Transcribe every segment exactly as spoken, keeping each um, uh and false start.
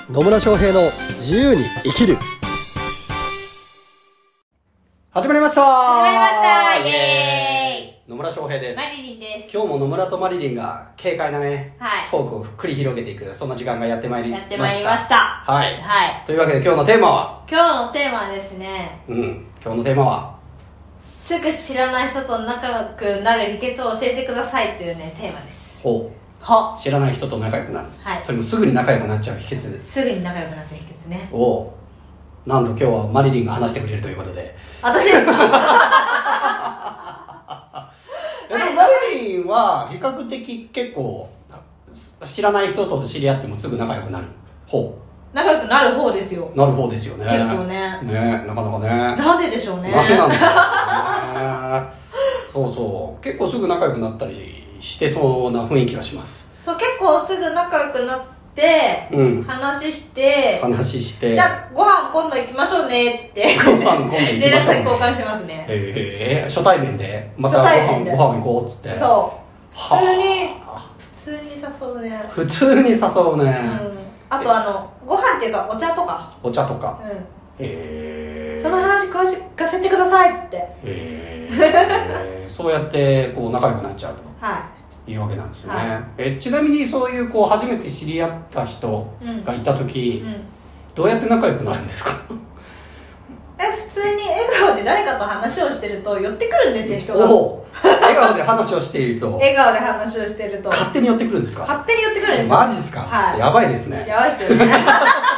野村翔平の自由に生きる。始まりました始まりましたイエーイ。 野村翔平です。 マリリンです。 今日も野村とマリリンが軽快なね、 はい、 トークを繰り広げていく、そんな時間がやってまいりました。 やってまいりました。 はい、 はい、 というわけで今日のテーマは今日のテーマはですね、 うん、今日のテーマはすぐ知らない人と仲良くなる秘訣を教えてくださいというね、テーマです。 ほう。 は知らない人と仲良くなる、 はい、 それもすぐに仲良くなっちゃう秘訣です。 すぐに仲良くなっちゃう秘訣ね。 おう。なんと今日はマリリンが話してくれるということで。 私ですかでもマリリンは比較的結構知らない人と知り合ってもすぐ仲良くなる方。 仲良くなる方ですよ。 なる方ですよね。 結構ね。 ね、なかなかね。 なんででしょうね。 なんなんですかね。そうそう。結構すぐ仲良くなったりしてそうな雰囲気がします。 そう、結構すぐ仲良くなって、うん、話して話してじゃあご飯今度行きましょうねってご飯今度行きましょうね連絡先交換してますね。 えー、初対面でまたご飯ご飯行こうっつって。 そう普通に普通に誘うね。 普通に誘うね、うん、 あとあのご飯っていうかお茶とかお茶とか、 うん、 へー、 その話詳しく聞かせてくださいっつって、 へーそうやってこう仲良くなっちゃうと、 はい、 いうわけなんですよね、 はい、 えちなみにそういうこう初めて知り合った人がいた時、うんうん、どうやって仲良くなるんですか？ え普通に笑顔で誰かと話をしてると寄ってくるんですよ、人が。 お笑顔で話をしていると笑顔で話をしてると勝手に寄ってくるんですか？ 勝手に寄ってくるんですよ。 マジっすか？はい、やばいですね。 やばいっすよねなんか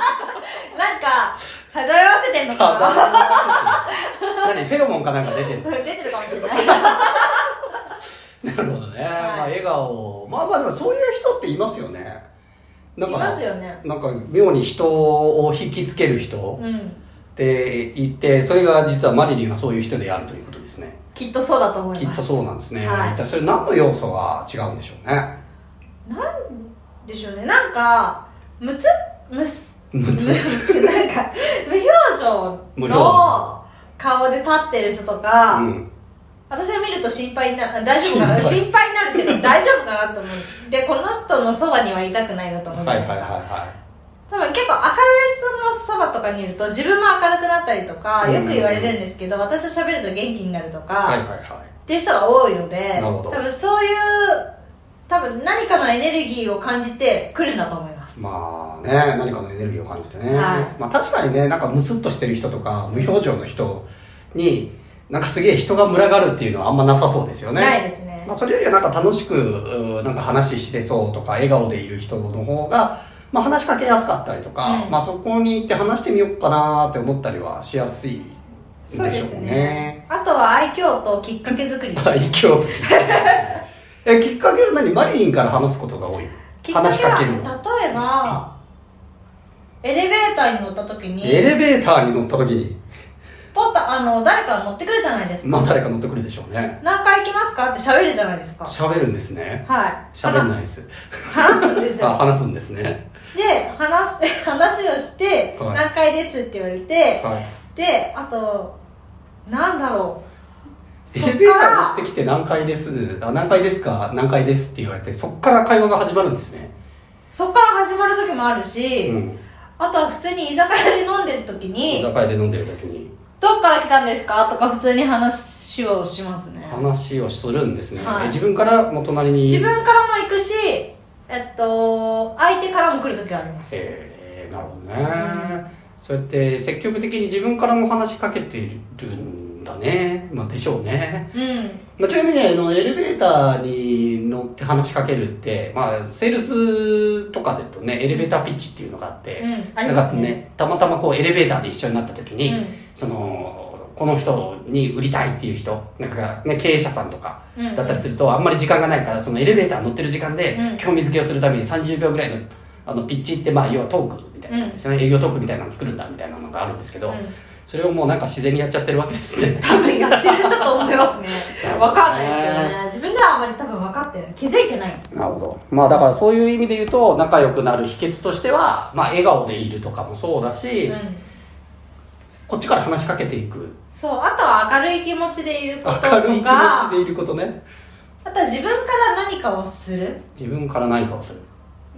漂わせてんのかな何フェロモンかなんか出てる出てるかもしれないなるほどね、 はい、 まあ笑顔、まあまあでもそういう人っていますよね。なんかいますよね。 なんか妙に人を引きつける人、うん、って言って、それが実はマリリンはそういう人であるということですね。 きっとそうだと思います。 きっとそうなんですね、 はい、 一体それ何の要素が違うんでしょうね。 なんでしょうね。なんかむつむすむつなんか無表情の顔で立ってる人とか、うん、私が見ると心配な、大丈夫かな、心配になるっていうか大丈夫かなと思う。でこの人のそばにはいたくないなと思うじゃないですか。はいはいはいはい。多分結構明るい人のそばとかにいると自分も明るくなったりとか、うん、よく言われるんですけど、私と喋ると元気になるとか、はいはいはい、っていう人が多いので、多分そういう多分何かのエネルギーを感じてくるんだと思います。 まあね、何かのエネルギーを感じてね、はい、まあ確かにね、なんかムスッとしてる人とか無表情の人になんかすげえ人が群がるっていうのはあんまなさそうですよね。 ないですね。 まあそれよりはなんか楽しくなんか話してそうとか笑顔でいる人の方がまあ話しかけやすかったりとか、うん、まあそこに行って話してみようかなって思ったりはしやすいでしょうね。そうですね。 あとは愛嬌ときっかけ作りです。 愛嬌ときっかけえきっかけは何？マリリンから話すことが多い？ きっかけは話しかけるの？例えば、うん、エレベーターに乗った時にエレベーターに乗った時にポッとあの誰か乗ってくるじゃないですか。 まあ誰か乗ってくるでしょうね。 何回行きますかって喋るじゃないですか。 喋るんですね。 はい。 喋んないです。 話すんですよ。 あ、話すんですね。 で話話をして、はい、何回ですって言われて、はい、であとなんだろう。 エレベーター乗ってきて何階です、あ何階ですか何階ですって言われて、そっから会話が始まるんですね。 そっから始まる時もあるし、うん、あとは普通に居酒屋で飲んでる時に居酒屋で飲んでる時にどっから来たんですかとか普通に話をしますね。 話をするんですね、はい、自分からも隣に自分からも行くし、えっと相手からも来る時はあります。 えー、なるほどね、うん、そうやって積極的に自分からも話しかけているんだね、まあ、でしょうね、うんまあ、ちなみにね、あのエレベーターに乗って話しかけるって、まあ、セールスとかだとねエレベーターピッチっていうのがあって、うん、ありますね。ねたまたまこうエレベーターで一緒になった時に、うん、そのこの人に売りたいっていう人なんか、ね、経営者さんとかだったりすると、うんうん、あんまり時間がないからそのエレベーター乗ってる時間で、うん、興味づけをするためにさんじゅうびょうぐらいのあのピッチってまあ要はトークみたいなんですよね、うん、営業トークみたいなの作るんだみたいなのがあるんですけど、うん、それをもうなんか自然にやっちゃってるわけですね。 多分やってるんだと思いますね。わかんないですけどね。自分ではあんまり多分分かってない。気づいてない。 なるほど。まあだからそういう意味で言うと仲良くなる秘訣としては、まあ笑顔でいるとかもそうだし、うん、こっちから話しかけていく。 そう。あとは明るい気持ちでいることとか。 明るい気持ちでいることね。 あとは自分から何かをする。 自分から何かをする。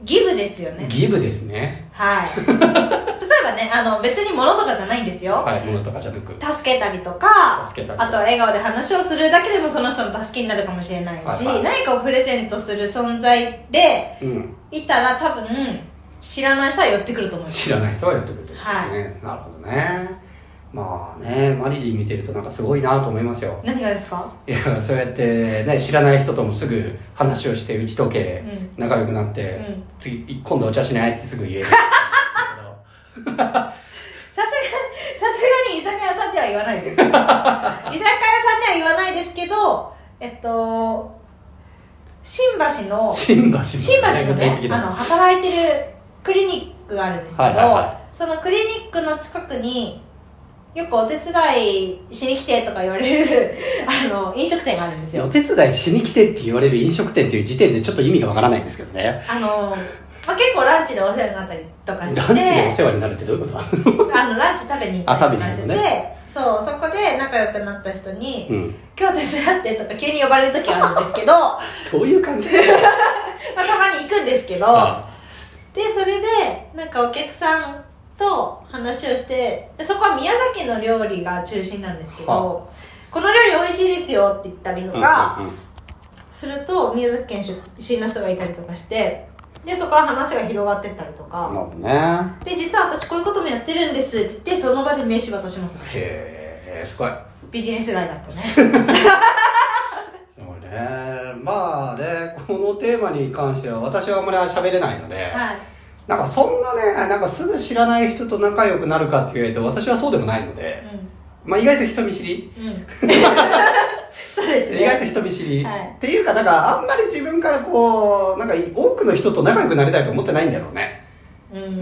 ギブですよね。 ギブですね。 はい。例えばね、あの、別に物とかじゃないんですよ。 はい、物とかじゃなく。 助けたりとか、 助けたりあとは笑顔で話をするだけでもその人の助けになるかもしれないし、はいはい、何かをプレゼントする存在で、いたら多分、知らない人は寄ってくると思います。 知らない人は寄ってくると思いますね。はい、なるほどね。まあね、マリリン見てるとなんかすごいなと思いますよ。 何がですか？ いや、そうやってね、知らない人ともすぐ話をして打ち解け、うん、仲良くなって、うん、次、今度お茶しないってすぐ言える。さすが、 さすがに居酒屋さんでは言わないです。居酒屋さんでは言わないですけど、えっと、新橋の、 新橋の、 新橋のね、あの、働いてるクリニックがあるんですけど、はいはいはい、そのクリニックの近くに、よくお手伝いしに来てとか言われるあの飲食店があるんですよ。 お手伝いしに来てって言われる飲食店っていう時点でちょっと意味がわからないんですけどね。 あの、まあ、結構ランチでお世話になったりとかして、 ランチでお世話になるってどういうことあのランチ食べに行ったりとかしてて、ね、そうそこで仲良くなった人に、うん、今日手伝ってとか急に呼ばれる時あるんですけどどういう関係まあたまに行くんですけど、はい、でそれでなんかお客さんと話をして、そこは宮崎の料理が中心なんですけど、この料理美味しいですよって言ったりとか、うんうんうん、すると宮崎県出身の人がいたりとかして、でそこから話が広がってったりとか、 ね、 で実は私こういうこともやってるんですって言ってその場で名刺渡します、ね、 へえ、すごい。 ビジネス街だとねそうね、まあね、このテーマに関しては私はあんまり喋れないので、はい、なんかそんなね、なんかすぐ知らない人と仲良くなるかって言われると私はそうでもないので、うん、まあ意外と人見知り、うん、 そうですね、 意外と人見知り、はい、っていうかなんかあんまり自分からこうなんか多くの人と仲良くなりたいと思ってないんだろうね。 うん、うん、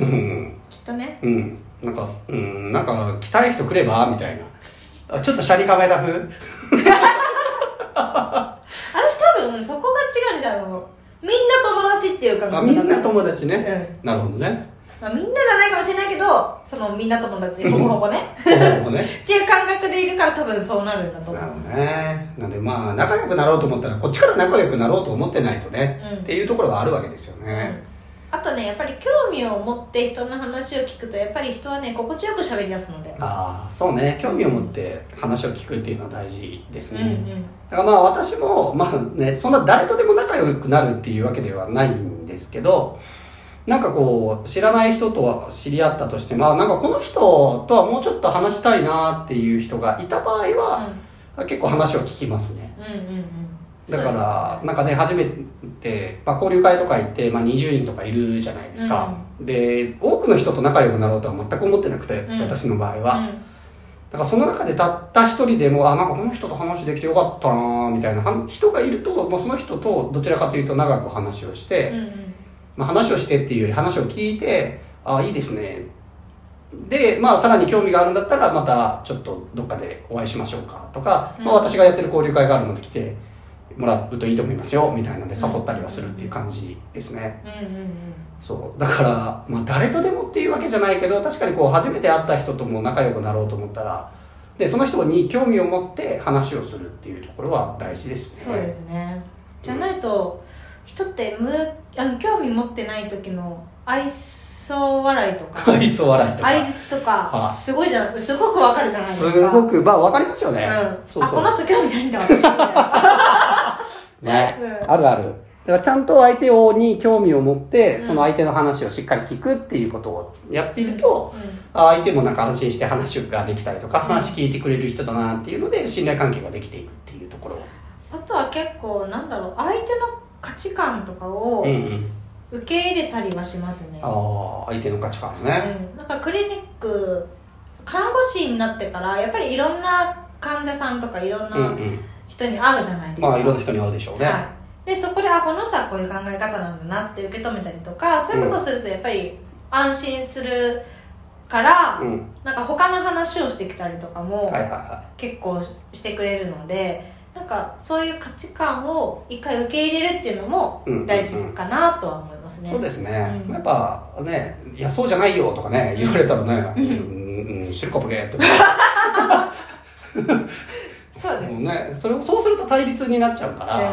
きっとね、 うん、なんか、うん、なんか来たい人来ればみたいな、ちょっとシャリカメだ風私多分そこが違うんですよ。みんな友達っていうか、 みんな友達ね、うん、なるほどね、 まあ、みんなじゃないかもしれないけど、そのみんな友達ほぼほぼねほぼほぼねっていう感覚でいるから多分そうなるんだと思います。 なるほどね。なんでまあ仲良くなろうと思ったらこっちから仲良くなろうと思ってないとね、うん、っていうところはあるわけですよね、 うん、あとね、やっぱり興味を持って人の話を聞くとやっぱり人はね心地よく喋りやすので、 ああそうね、興味を持って話を聞くっていうのは大事ですね、うんうん、だからまあ私もまあね、そんな誰とでも仲良くなるっていうわけではないんですけど、なんかこう知らない人とは知り合ったとしても、なんかこの人とはもうちょっと話したいなっていう人がいた場合は、うん、結構話を聞きますね、うんうんうん、だから、ね、なんかね初めて、まあ、交流会とか行って、まあ、にじゅうにんとかいるじゃないですか、うん、で多くの人と仲良くなろうとは全く思ってなくて、うん、私の場合は、うん、だからその中でたった一人でもあなんかこの人と話できてよかったなみたいな人がいると、もうその人とどちらかというと長く話をして、うんうん、まあ、話をしてっていうより話を聞いて、あいいですね、で、まあ、さらに興味があるんだったらまたちょっとどっかでお会いしましょうかとか、うん、まあ、私がやってる交流会があるので来てもらうといいと思いますよみたいなので誘ったりはするっていう感じですね、うんうんうん、そうだから、まあ、誰とでもっていうわけじゃないけど、確かにこう初めて会った人とも仲良くなろうと思ったら、でその人に興味を持って話をするっていうところは大事ですね。そうですね。じゃないと、うん人って無あの興味持ってない時の愛想笑いとか愛想笑いとか相槌とかすごいじゃん、すごくわかるじゃないですか。 すごくまあわかりますよね、 うん、そうそう、あこの人興味ないんだ私みたいなね、うん、あるある。だからちゃんと相手をに興味を持ってその相手の話をしっかり聞くっていうことをやっていると、うんうん、相手もなんか安心して話ができたりとか、話聞いてくれる人だなっていうので信頼関係ができていくっていうところ。 あとは結構なんだろう、相手の価値観とかを受け入れたりはしますね、 うんうん、ああ相手の価値観ね、 うん、なんかクリニック看護師になってからやっぱりいろんな患者さんとかいろんな人に会うじゃないですか、 うんうん、まあいろんな人に会うでしょうね、はい、 でそこであこの人はこういう考え方なんだなって受け止めたりとか、そういうことをするとやっぱり安心するから、うん、なんか他の話をしてきたりとかも結構してくれるので、なんかそういう価値観を一回受け入れるっていうのも大事かなとは思いますね、 うんうんうん、そうですね、うん、やっぱね、いやそうじゃないよとかね言われたらね、うんうんうん、知るかボケってそうですね、それをそうすると対立になっちゃうから、うん、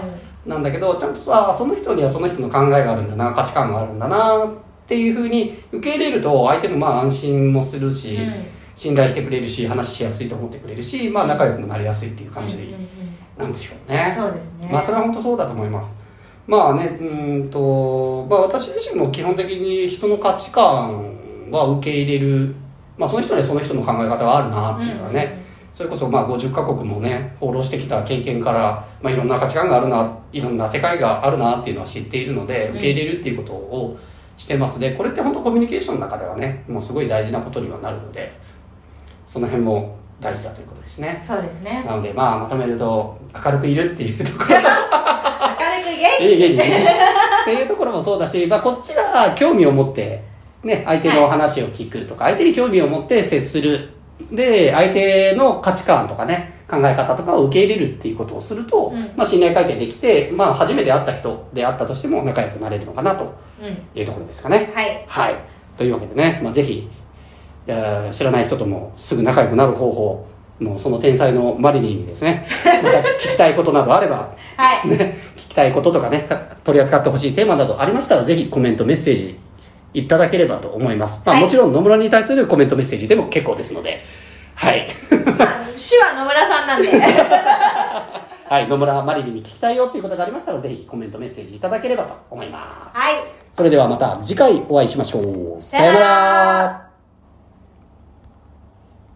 なんだけど、ちゃんとさ、その人にはその人の考えがあるんだな、価値観があるんだなっていうふうに受け入れると、相手もまあ安心もするし、うん、信頼してくれるし、話しやすいと思ってくれるし、まあ仲良くもなりやすいっていう感じで、なんでしょうね。 そうですね。 まあそれは本当そうだと思います。まあね、うんと、まあ私自身も基本的に人の価値観は受け入れる、まあその人にはその人の考え方があるなっていうのはね、うんうん、それこそまあごじゅっカ国もね、放浪してきた経験から、まあいろんな価値観があるな、いろんな世界があるなっていうのは知っているので、受け入れるっていうことをしてますね。これって本当コミュニケーションの中ではね、もうすごい大事なことにはなるので、その辺も大事だということですね。 そうですね。 なのでまあまとめると、明るくいるっていうところ。 明るく元気元気っていうところもそうだし、まあこっちが興味を持って、ね、相手の話を聞くとか、はい、相手に興味を持って接する。で、相手の価値観とかね、考え方とかを受け入れるっていうことをすると、うん、まあ信頼関係できて、まあ初めて会った人であったとしても仲良くなれるのかなというところですかね。 うん、はい。 はい。というわけでね、まあぜひ、いや知らない人ともすぐ仲良くなる方法、もうその天才のマリリンにですね、また聞きたいことなどあれば、 はい。 ね、聞きたいこととかね、取り扱ってほしいテーマなどありましたら、ぜひコメント、メッセージ、いただければと思います。まあ、はい、もちろん野村に対するコメントメッセージでも結構ですので、はい。 まあ、主は野村さんなんで。 はい、野村マリリンに聞きたいよっていうことがありましたら、ぜひコメントメッセージいただければと思います。 はい。 それではまた次回お会いしましょう。 さよなら。